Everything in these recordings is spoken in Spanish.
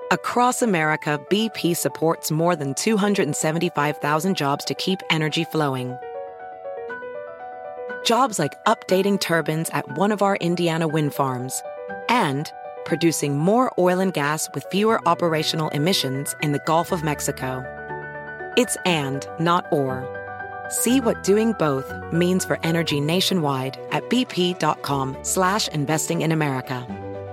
Across America, BP supports more than 275,000 jobs to keep energy flowing. Jobs like updating turbines at one of our Indiana wind farms and producing more oil and gas with fewer operational emissions in the Gulf of Mexico. It's and, not or. See what doing both means for energy nationwide at bp.com/investing in America.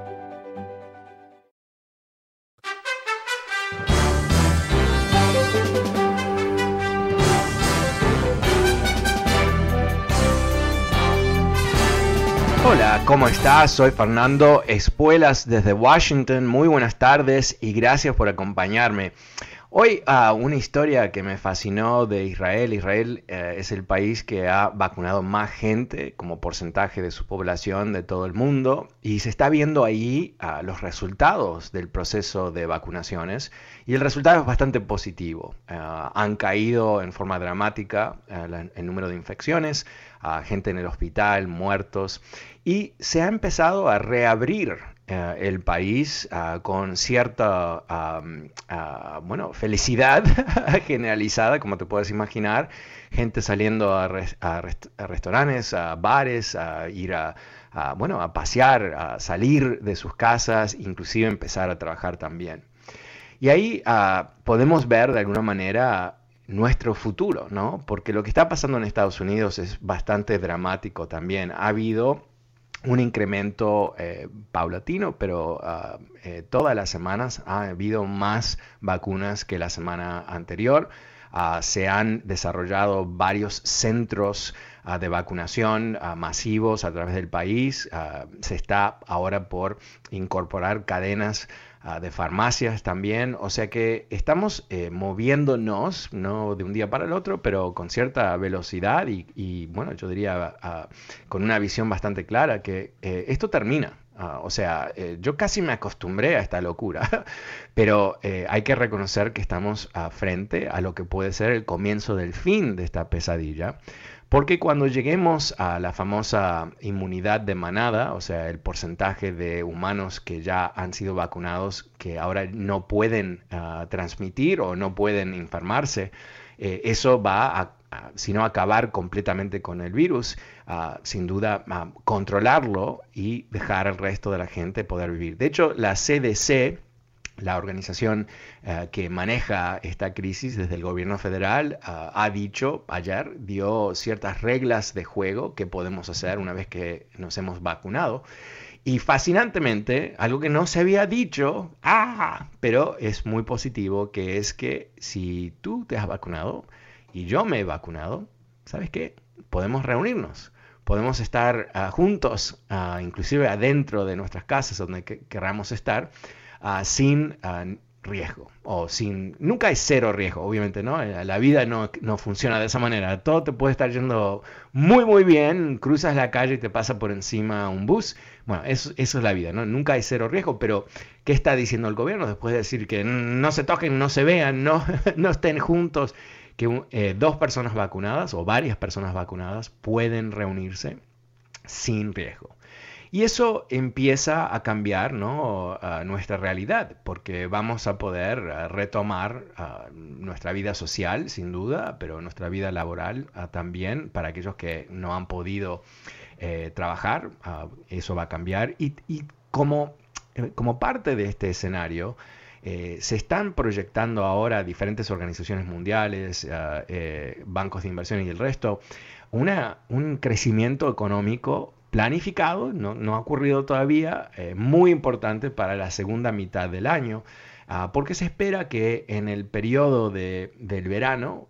Hola, ¿cómo estás? Soy Fernando Espuelas desde Washington. Muy buenas tardes y gracias por acompañarme. Hoy una historia que me fascinó de Israel. Israel es el país que ha vacunado más gente como porcentaje de su población de todo el mundo y se está viendo ahí los resultados del proceso de vacunaciones y el resultado es bastante positivo. Han caído en forma dramática el número de infecciones, gente en el hospital, muertos, y se ha empezado a reabrir el país con cierta felicidad generalizada, como te puedes imaginar, gente saliendo a restaurantes, a bares, a ir a pasear, a salir de sus casas, inclusive empezar a trabajar también. Y ahí podemos ver de alguna manera nuestro futuro, ¿no? Porque lo que está pasando en Estados Unidos es bastante dramático también. Ha habido un incremento paulatino, pero todas las semanas ha habido más vacunas que la semana anterior. Se han desarrollado varios centros de vacunación masivos a través del país. Se está ahora por incorporar cadenas de farmacias también, o sea que estamos moviéndonos, no de un día para el otro, pero con cierta velocidad y bueno, yo diría con una visión bastante clara que esto termina. Yo casi me acostumbré a esta locura, pero hay que reconocer que estamos frente a lo que puede ser el comienzo del fin de esta pesadilla. Porque cuando lleguemos a la famosa inmunidad de manada, o sea, el porcentaje de humanos que ya han sido vacunados que ahora no pueden transmitir o no pueden enfermarse, eso va si no acabar completamente con el virus, sin duda controlarlo y dejar al resto de la gente poder vivir. De hecho, la CDC, la organización que maneja esta crisis desde el gobierno federal, ha dicho ayer, dio ciertas reglas de juego que podemos hacer una vez que nos hemos vacunado. Y fascinantemente, algo que no se había dicho, pero es muy positivo, que es que si tú te has vacunado y yo me he vacunado, ¿sabes qué? Podemos reunirnos. Podemos estar juntos, inclusive adentro de nuestras casas, donde queramos estar, sin riesgo, nunca hay cero riesgo, obviamente, ¿no? La vida no funciona de esa manera. Todo te puede estar yendo muy, muy bien, cruzas la calle y te pasa por encima un bus. Bueno, eso es la vida, ¿no? Nunca hay cero riesgo, pero ¿qué está diciendo el gobierno después de decir que no se toquen, no se vean, no estén juntos? Que dos personas vacunadas o varias personas vacunadas pueden reunirse sin riesgo. Y eso empieza a cambiar, ¿no? Nuestra realidad, porque vamos a poder retomar nuestra vida social, sin duda, pero nuestra vida laboral también, para aquellos que no han podido trabajar, eso va a cambiar. Y como parte de este escenario, se están proyectando ahora diferentes organizaciones mundiales, bancos de inversión y el resto, un crecimiento económico planificado, no ha ocurrido todavía, muy importante para la segunda mitad del año, porque se espera que en el periodo del verano,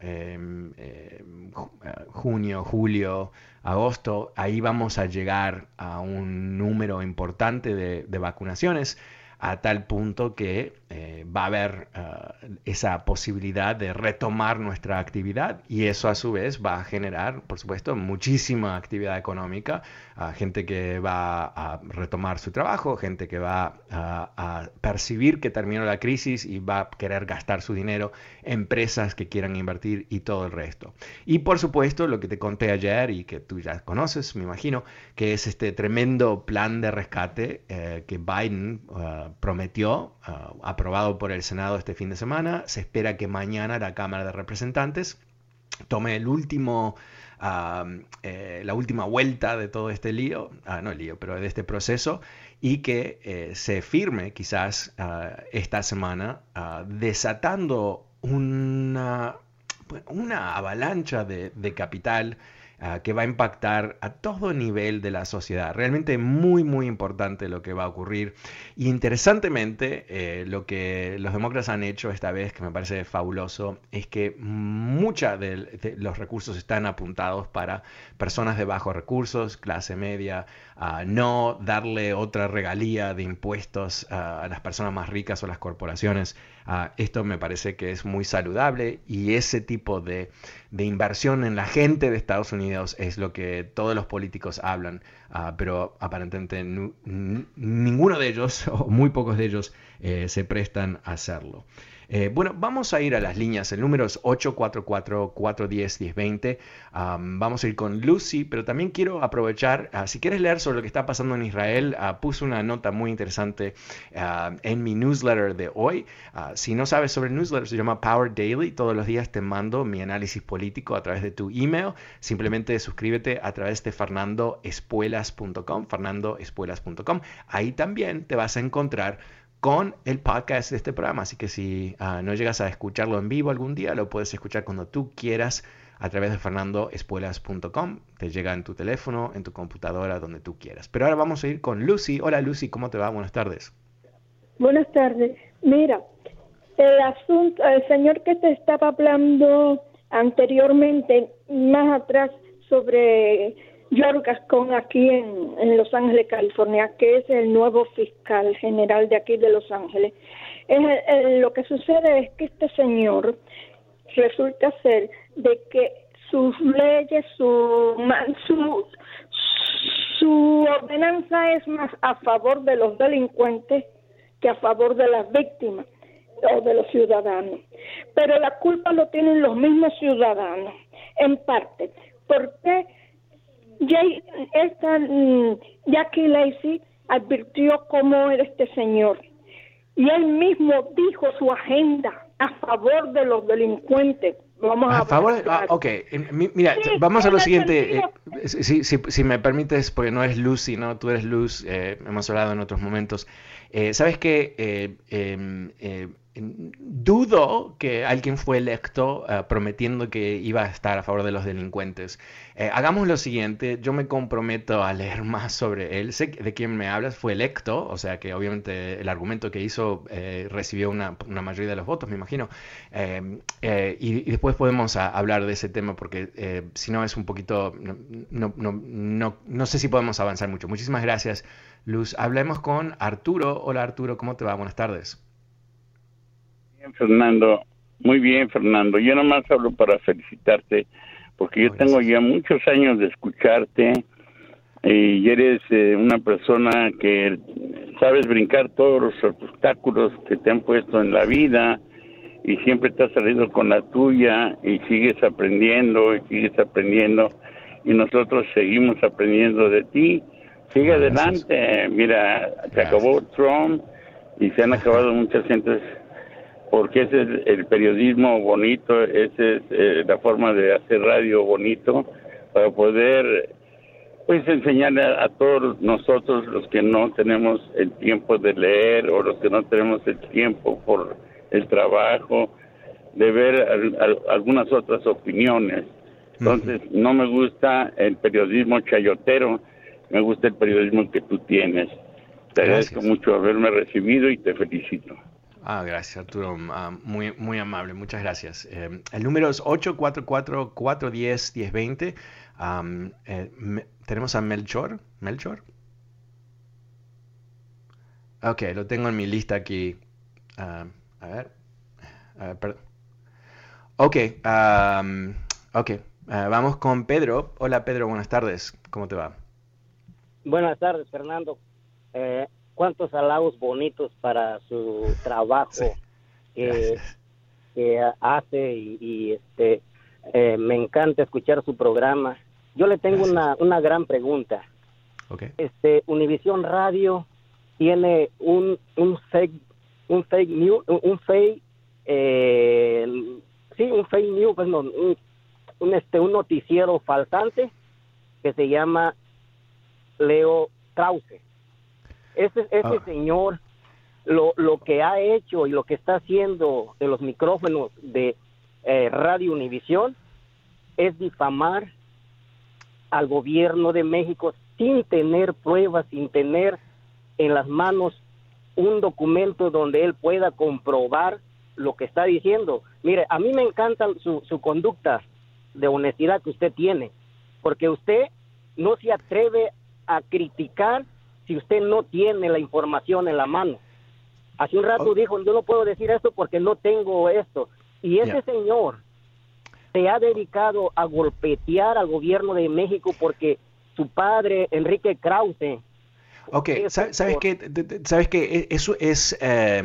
junio, julio, agosto, ahí vamos a llegar a un número importante de vacunaciones, a tal punto que va a haber esa posibilidad de retomar nuestra actividad y eso a su vez va a generar, por supuesto, muchísima actividad económica, gente que va a retomar su trabajo, gente que va a percibir que terminó la crisis y va a querer gastar su dinero, empresas que quieran invertir y todo el resto. Y por supuesto, lo que te conté ayer y que tú ya conoces, me imagino, que es este tremendo plan de rescate que Biden prometió, aprobado por el Senado este fin de semana. Se espera que mañana la Cámara de Representantes tome la última vuelta de todo este lío, no el lío, pero de este proceso, y que se firme quizás esta semana, desatando una avalancha de capital que va a impactar a todo nivel de la sociedad. Realmente muy, muy importante lo que va a ocurrir. Y interesantemente, lo que los demócratas han hecho esta vez, que me parece fabuloso, es que muchos de los recursos están apuntados para personas de bajos recursos, clase media, no darle otra regalía de impuestos a las personas más ricas o las corporaciones. Esto me parece que es muy saludable y ese tipo de inversión en la gente de Estados Unidos es lo que todos los políticos hablan, pero aparentemente ninguno de ellos o muy pocos de ellos se prestan a hacerlo. Bueno, vamos a ir a las líneas. El número es 844-410-1020. Vamos a ir con Lucy, pero también quiero aprovechar, si quieres leer sobre lo que está pasando en Israel, puse una nota muy interesante en mi newsletter de hoy. Si no sabes sobre el newsletter, se llama Power Daily. Todos los días te mando mi análisis político a través de tu email. Simplemente suscríbete a través de fernandoespuelas.com, fernandoespuelas.com. Ahí también te vas a encontrar con el podcast de este programa, así que si no llegas a escucharlo en vivo algún día, lo puedes escuchar cuando tú quieras a través de fernandoespuelas.com, te llega en tu teléfono, en tu computadora, donde tú quieras. Pero ahora vamos a ir con Lucy. Hola Lucy, ¿cómo te va? Buenas tardes. Buenas tardes. Mira, el señor que te estaba hablando anteriormente, más atrás, sobre George Gascon aquí en Los Ángeles, California, que es el nuevo fiscal general de aquí de Los Ángeles. Lo que sucede es que este señor resulta ser de que sus leyes, su ordenanza es más a favor de los delincuentes que a favor de las víctimas o de los ciudadanos. Pero la culpa lo tienen los mismos ciudadanos, en parte. ¿Por qué? Jackie Lacey advirtió cómo era este señor y él mismo dijo su agenda a favor de los delincuentes. Vamos a favor. Ok, mira, sí, vamos a lo siguiente. Si me permites, porque no es Lucy, ¿no? Tú eres Luz, hemos hablado en otros momentos. ¿Sabes qué? Dudo que alguien fue electo prometiendo que iba a estar a favor de los delincuentes. Hagamos lo siguiente, yo me comprometo a leer más sobre él. Sé de quién me hablas, fue electo, o sea que obviamente el argumento que hizo recibió una mayoría de los votos, me imagino. Y después podemos hablar de ese tema porque si no es un poquito, no sé si podemos avanzar mucho. Muchísimas gracias, Luz. Hablemos con Arturo. Hola Arturo, ¿cómo te va? Buenas tardes. Fernando, muy bien, Fernando. Yo nomás hablo para felicitarte porque yo tengo ya muchos años de escucharte y eres una persona que sabes brincar todos los obstáculos que te han puesto en la vida y siempre te has salido con la tuya y sigues aprendiendo y nosotros seguimos aprendiendo de ti. Sigue adelante. Mira, se acabó Trump y se han acabado muchas gentes, porque ese es el periodismo bonito, esa es la forma de hacer radio bonito, para poder pues enseñarle a todos nosotros los que no tenemos el tiempo de leer o los que no tenemos el tiempo por el trabajo, de ver algunas otras opiniones. Entonces, no me gusta el periodismo chayotero, me gusta el periodismo que tú tienes. Te agradezco mucho haberme recibido y te felicito. Gracias, Arturo. Muy, muy amable. Muchas gracias. El número es 844-410-1020. Tenemos a Melchor. ¿Melchor? Ok, lo tengo en mi lista aquí. A ver, perdón. Ok, vamos con Pedro. Hola, Pedro. Buenas tardes. ¿Cómo te va? Buenas tardes, Fernando. cuántos halagos bonitos para su trabajo Sí, que, gracias. que hace y me encanta escuchar su programa. Yo le tengo Gracias. una gran pregunta. Ok. Univisión Radio tiene un fake news, un fake news, pues no, un noticiero faltante que se llama Leo Krause. Ese Ah, señor lo que ha hecho y lo que está haciendo en los micrófonos de Radio Univisión es difamar al gobierno de México sin tener pruebas, sin tener en las manos un documento donde él pueda comprobar lo que está diciendo. Mire, a mí me encanta su conducta de honestidad que usted tiene, porque usted no se atreve a criticar si usted no tiene la información en la mano. Hace un rato oh, dijo, yo no puedo decir esto porque no tengo esto. Y ese ya. señor se ha dedicado a golpetear al gobierno de México porque su padre, Enrique Krause, Ok, eso ¿sabes por- qué? ¿Sabes qué? Eso es,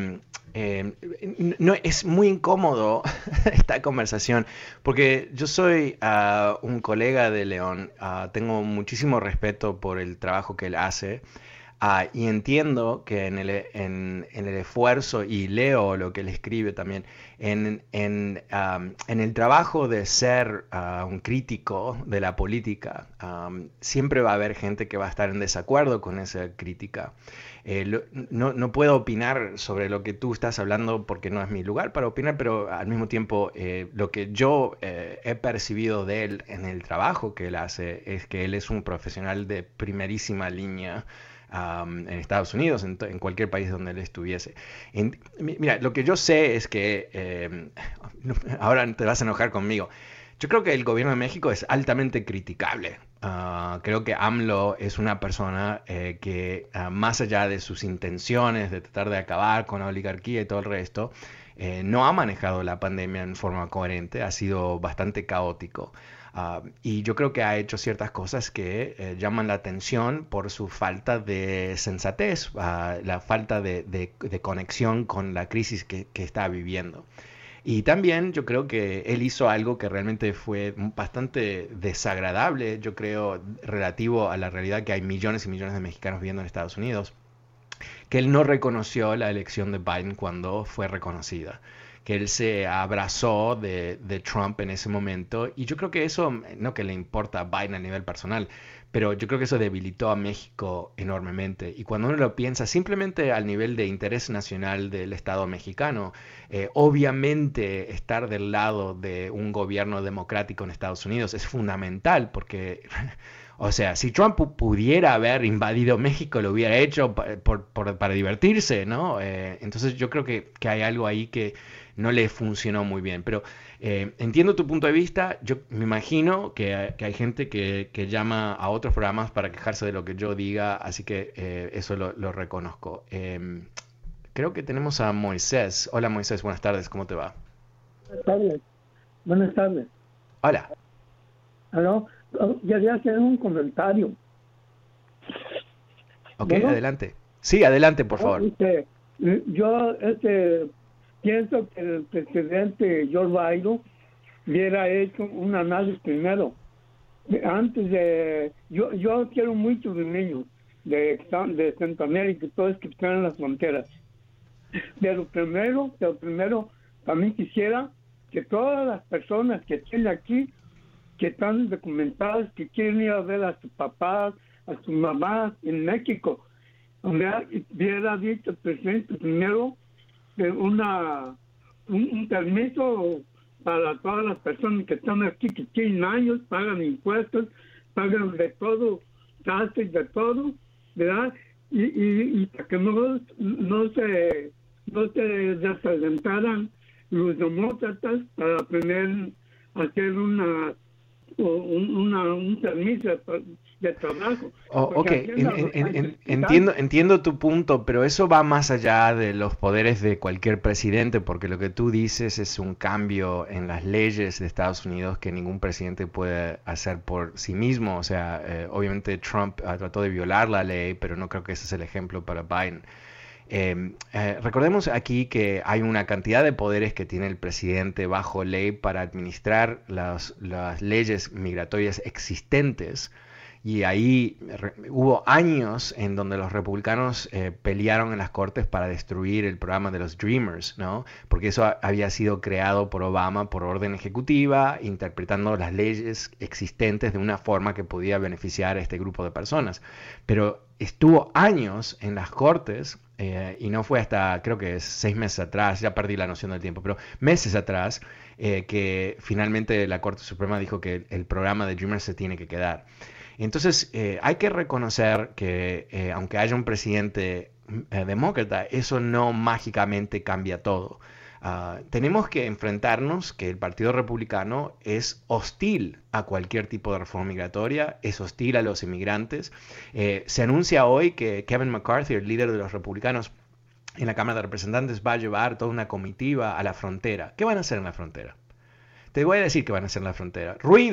no, es muy incómodo esta conversación, porque yo soy un colega de León, tengo muchísimo respeto por el trabajo que él hace. Y entiendo que en el esfuerzo, y leo lo que él escribe también, en el trabajo de ser un crítico de la política, siempre va a haber gente que va a estar en desacuerdo con esa crítica. No puedo opinar sobre lo que tú estás hablando porque no es mi lugar para opinar, pero al mismo tiempo lo que yo he percibido de él en el trabajo que él hace es que él es un profesional de primerísima línea en Estados Unidos, en cualquier país donde él estuviese. Mira, lo que yo sé es que, ahora te vas a enojar conmigo, yo creo que el gobierno de México es altamente criticable. Creo que AMLO es una persona que, más allá de sus intenciones de tratar de acabar con la oligarquía y todo el resto, no ha manejado la pandemia en forma coherente, ha sido bastante caótico. Y yo creo que ha hecho ciertas cosas que llaman la atención por su falta de sensatez, la falta de conexión con la crisis que está viviendo. Y también yo creo que él hizo algo que realmente fue bastante desagradable, yo creo, relativo a la realidad que hay millones y millones de mexicanos viviendo en Estados Unidos, que él no reconoció la elección de Biden cuando fue reconocida, que él se abrazó de Trump en ese momento, y yo creo que eso, no que le importa a Biden a nivel personal, pero yo creo que eso debilitó a México enormemente. Y cuando uno lo piensa simplemente al nivel de interés nacional del Estado mexicano, obviamente estar del lado de un gobierno democrático en Estados Unidos es fundamental, porque o sea, si Trump pudiera haber invadido México, lo hubiera hecho para divertirse, ¿no? Entonces yo creo que hay algo ahí que no le funcionó muy bien. Pero entiendo tu punto de vista. Yo me imagino que hay gente que llama a otros programas para quejarse de lo que yo diga, así que eso lo reconozco. Creo que tenemos a Moisés. Hola Moisés, buenas tardes, ¿cómo te va? Buenas tardes. Buenas tardes. Hola. ¿Aló? Quería hacer un comentario. Ok, Bueno, adelante. Sí, adelante, por favor. Yo pienso que el presidente Joe Biden hubiera hecho un análisis primero. Antes de... Yo quiero mucho de niños de Centroamérica y todos que están en las fronteras. Pero primero, también quisiera que todas las personas que estén aquí, que están documentadas, que quieren ir a ver a sus papás, a sus mamás en México, hubiera dicho el presidente primero de un permiso para todas las personas que están aquí, que tienen años, pagan impuestos, pagan de todo, taxes, de todo, ¿verdad? Y para que no se representaran los demócratas para poder hacer un permiso de trabajo. Ok, entiendo tu punto, pero eso va más allá de los poderes de cualquier presidente, porque lo que tú dices es un cambio en las leyes de Estados Unidos que ningún presidente puede hacer por sí mismo. O sea, obviamente Trump trató de violar la ley, pero no creo que ese es el ejemplo para Biden. Recordemos aquí que hay una cantidad de poderes que tiene el presidente bajo ley para administrar las leyes migratorias existentes. Y ahí hubo años en donde los republicanos pelearon en las cortes para destruir el programa de los Dreamers, ¿no? Porque eso había sido creado por Obama por orden ejecutiva, interpretando las leyes existentes de una forma que podía beneficiar a este grupo de personas. Pero estuvo años en las cortes y no fue hasta, creo que es 6 meses atrás, ya perdí la noción del tiempo, pero meses atrás, que finalmente la Corte Suprema dijo que el programa de Dreamers se tiene que quedar. Entonces, hay que reconocer que aunque haya un presidente demócrata, eso no mágicamente cambia todo. Tenemos que enfrentarnos que el Partido Republicano es hostil a cualquier tipo de reforma migratoria, es hostil a los inmigrantes. Se anuncia hoy que Kevin McCarthy, el líder de los republicanos en la Cámara de Representantes, va a llevar toda una comitiva a la frontera. ¿Qué van a hacer en la frontera? Te voy a decir qué van a hacer en la frontera.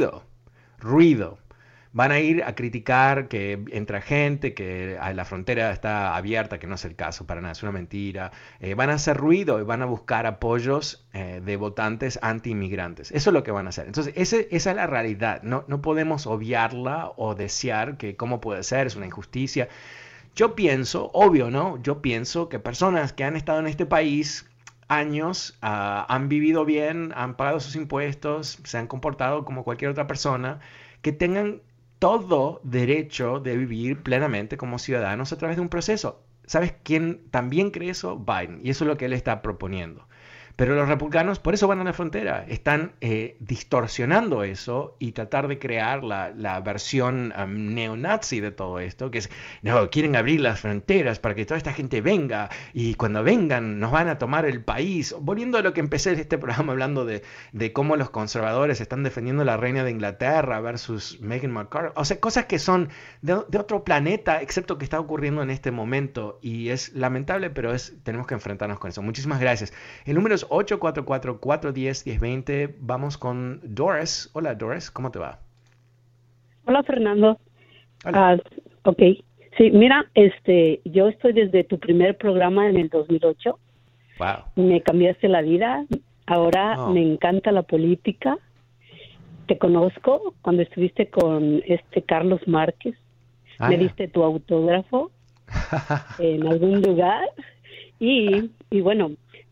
Ruido. Van a ir a criticar que entra gente, que la frontera está abierta, que no es el caso para nada, es una mentira. Van a hacer ruido y van a buscar apoyos de votantes anti-inmigrantes. Eso es lo que van a hacer. Entonces, esa es la realidad. No podemos obviarla o desear que cómo puede ser, es una injusticia. Yo pienso, obvio, ¿no? Yo pienso que personas que han estado en este país años, han vivido bien, han pagado sus impuestos, se han comportado como cualquier otra persona, que tengan todo derecho de vivir plenamente como ciudadanos a través de un proceso. ¿Sabes quién también cree eso? Biden. Y eso es lo que él está proponiendo. Pero los republicanos por eso van a la frontera. Están distorsionando eso y tratar de crear la versión neonazi de todo esto, que es, no, quieren abrir las fronteras para que toda esta gente venga y cuando vengan nos van a tomar el país. Volviendo a lo que empecé este programa hablando de cómo los conservadores están defendiendo a la reina de Inglaterra versus Meghan McCarthy. O sea, cosas que son de otro planeta, excepto que está ocurriendo en este momento. Y es lamentable, pero tenemos que enfrentarnos con eso. Muchísimas gracias. El número es 844-410-1020. Vamos con Doris. Hola, Doris, ¿cómo te va? Hola, Fernando. Hola. Ok. Sí, mira, yo estoy desde tu primer programa en el 2008. Wow. Me cambiaste la vida. Ahora me encanta la política. Te conozco cuando estuviste con Carlos Márquez. Me diste tu autógrafo en algún lugar. Y bueno,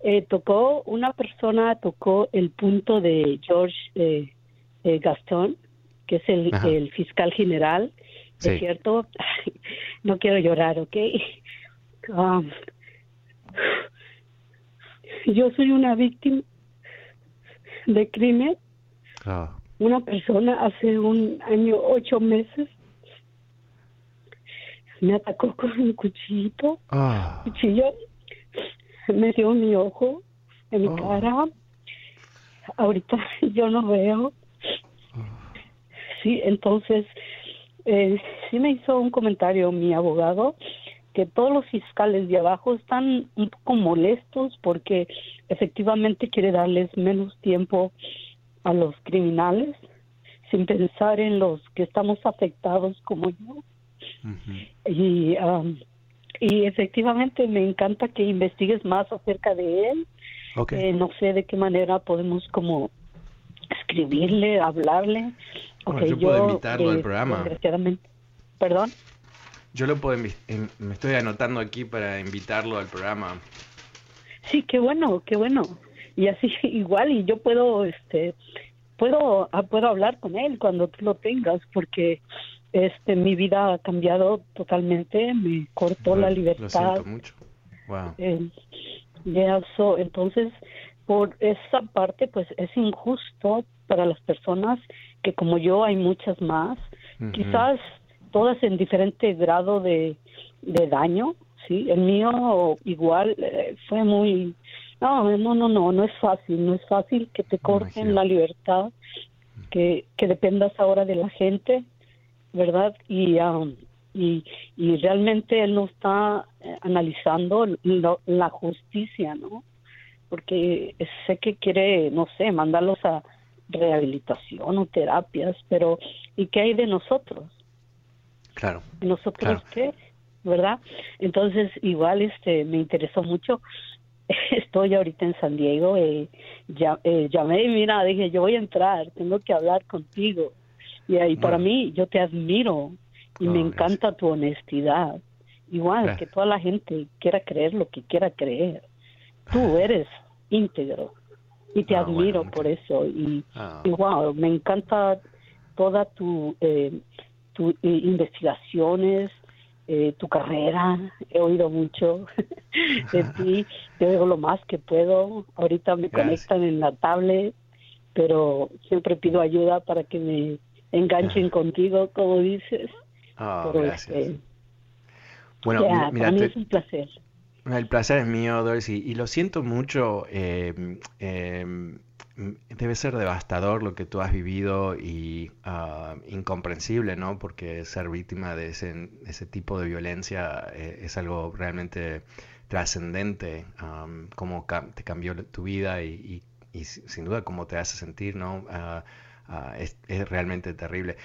una persona tocó el punto de George Gascón, que es el fiscal general. Sí. ¿Es cierto? No quiero llorar, ¿ok? Yo soy una víctima de crimen. Una persona hace 1 año, 8 meses, me atacó con un cuchillo, me dio en mi ojo, en mi cara. Ahorita yo no veo. Sí, entonces, sí me hizo un comentario mi abogado, que todos los fiscales de abajo están un poco molestos porque efectivamente quiere darles menos tiempo a los criminales, sin pensar en los que estamos afectados como yo. Y efectivamente me encanta que investigues más acerca de él. No sé de qué manera podemos como escribirle, hablarle. Yo puedo invitarlo al programa. Desgraciadamente. ¿Perdón? Yo lo puedo me estoy anotando aquí para invitarlo al programa. Sí, qué bueno. Y así igual, y yo puedo hablar con él cuando tú lo tengas, porque mi vida ha cambiado totalmente, me cortó la libertad. Lo siento mucho. Wow. Entonces, por esa parte, pues es injusto para las personas que como yo hay muchas más, quizás todas en diferente grado de daño, ¿sí? El mío igual fue muy... No es fácil que te corten la libertad, que dependas ahora de la gente, ¿verdad? Y realmente él no está analizando la justicia, ¿no? Porque sé que quiere, no sé, mandarlos a rehabilitación o terapias, pero ¿y qué hay de nosotros? Claro. ¿Y nosotros qué? ¿Verdad? Entonces, igual me interesó mucho. Estoy ahorita en San Diego, llamé y mira, dije, yo voy a entrar, tengo que hablar contigo. Y para mí, yo te admiro y me encanta tu honestidad. Igual que toda la gente quiera creer lo que quiera creer. Tú eres íntegro y te admiro por eso. Y wow, me encanta toda tu investigaciones, tu carrera. He oído mucho de ti, te oigo lo más que puedo. Ahorita me conectan en la tablet, pero siempre pido ayuda para que me enganchen contigo, como dices. Pero gracias. Bueno, mira, para mí es un placer. El placer es mío, Doris, y lo siento mucho. Debe ser devastador lo que tú has vivido y incomprensible, ¿no? Porque ser víctima de ese tipo de violencia es algo realmente trascendente. Cómo te cambió tu vida y sin duda cómo te hace sentir, ¿no? Es realmente terrible.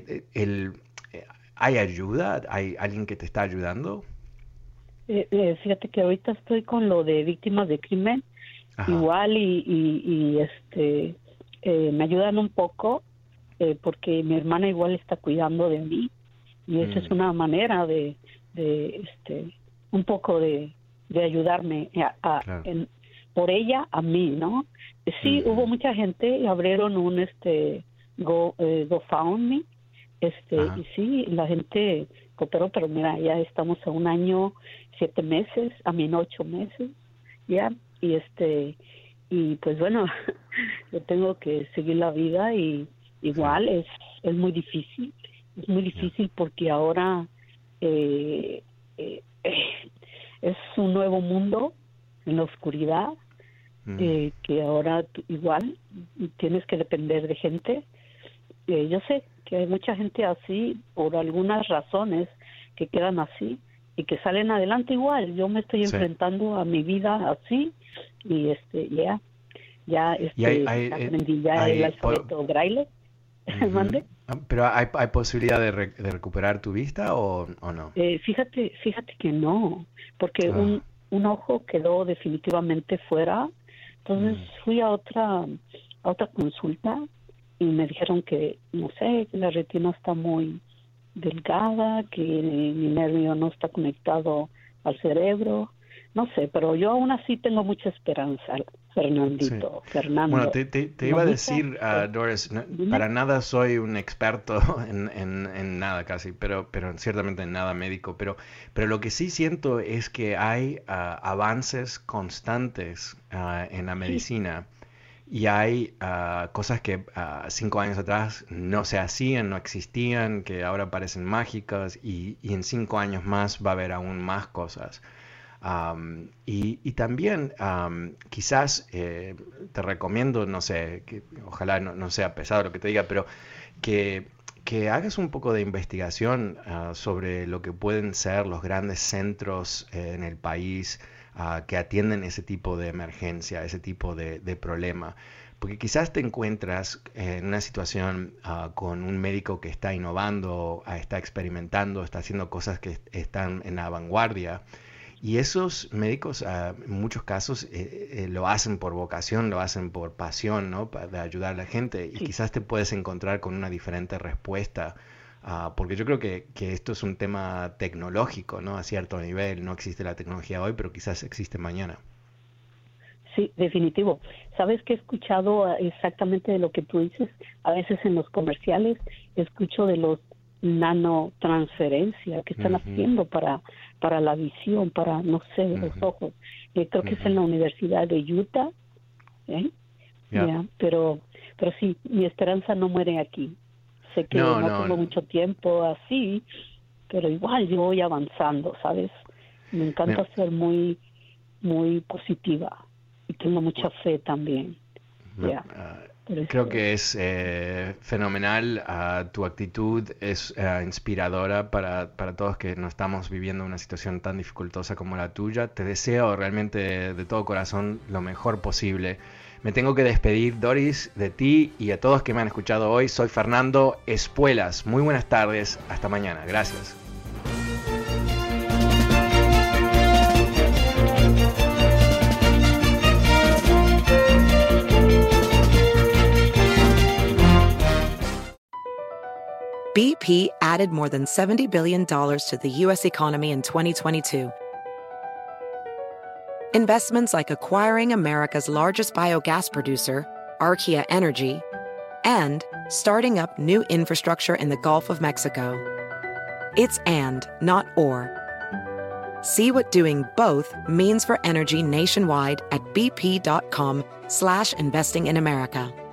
¿Hay ayuda? ¿Hay alguien que te está ayudando? Fíjate que ahorita estoy con lo de víctimas de crimen. Ajá. Igual y me ayudan un poco porque mi hermana igual está cuidando de mí y esa es una manera de un poco de ayudarme por ella a mí, ¿no? Sí, hubo mucha gente y abrieron un GoFundMe y sí, la gente cooperó, pero mira, ya estamos a 1 año, 7 meses, 8 meses, ya, y pues bueno, yo tengo que seguir la vida y igual es muy difícil, porque ahora es un nuevo mundo en la oscuridad, que ahora igual tienes que depender de gente. Yo sé que hay mucha gente así por algunas razones que quedan así y que salen adelante igual. Yo me estoy enfrentando a mi vida así y aprendí el alfabeto Braille. ¿Mande? ¿Pero hay posibilidad de recuperar tu vista o no? Fíjate que no, porque un ojo quedó definitivamente fuera. Entonces fui a otra consulta y me dijeron que, no sé, que la retina está muy delgada, que mi nervio no está conectado al cerebro, no sé, pero yo aún así tengo mucha esperanza, Fernando. Bueno, te iba a decir, Doris, para nada soy un experto en nada casi, pero ciertamente en nada médico, pero lo que sí siento es que hay avances constantes en la medicina. Y hay cosas que 5 años atrás no se hacían, no existían, que ahora parecen mágicas y en 5 años más va a haber aún más cosas. Y también quizás te recomiendo, no sé, que ojalá no sea pesado lo que te diga, pero que hagas un poco de investigación sobre lo que pueden ser los grandes centros en el país que atienden ese tipo de emergencia, ese tipo de problema. Porque quizás te encuentras en una situación con un médico que está innovando, está experimentando, está haciendo cosas que están en la vanguardia. Y esos médicos, en muchos casos, lo hacen por vocación, lo hacen por pasión, ¿no? Para ayudar a la gente. Y quizás te puedes encontrar con una diferente respuesta. Porque yo creo que esto es un tema tecnológico, ¿no? A cierto nivel. No existe la tecnología hoy, pero quizás existe mañana. Sí, definitivo. ¿Sabes que he escuchado exactamente de lo que tú dices? A veces en los comerciales escucho de los nanotransferencia que están haciendo para la visión, para, no sé, los ojos. Creo que es en la Universidad de Utah. Pero sí, mi esperanza no muere aquí. Sé que no tengo mucho tiempo así, pero igual yo voy avanzando, ¿sabes? Me encanta ser muy, muy positiva y tengo mucha fe también. Creo que es fenomenal. Tu actitud es inspiradora para todos que no estamos viviendo una situación tan dificultosa como la tuya. Te deseo realmente de todo corazón lo mejor posible. Me tengo que despedir, Doris, de ti y a todos que me han escuchado hoy. Soy Fernando Espuelas. Muy buenas tardes. Hasta mañana. Gracias. BP added more than $70 billion to the U.S. economy in 2022. Investments like acquiring America's largest biogas producer, Archaea Energy, and starting up new infrastructure in the Gulf of Mexico. It's and, not or. See what doing both means for energy nationwide at bp.com/investing in America.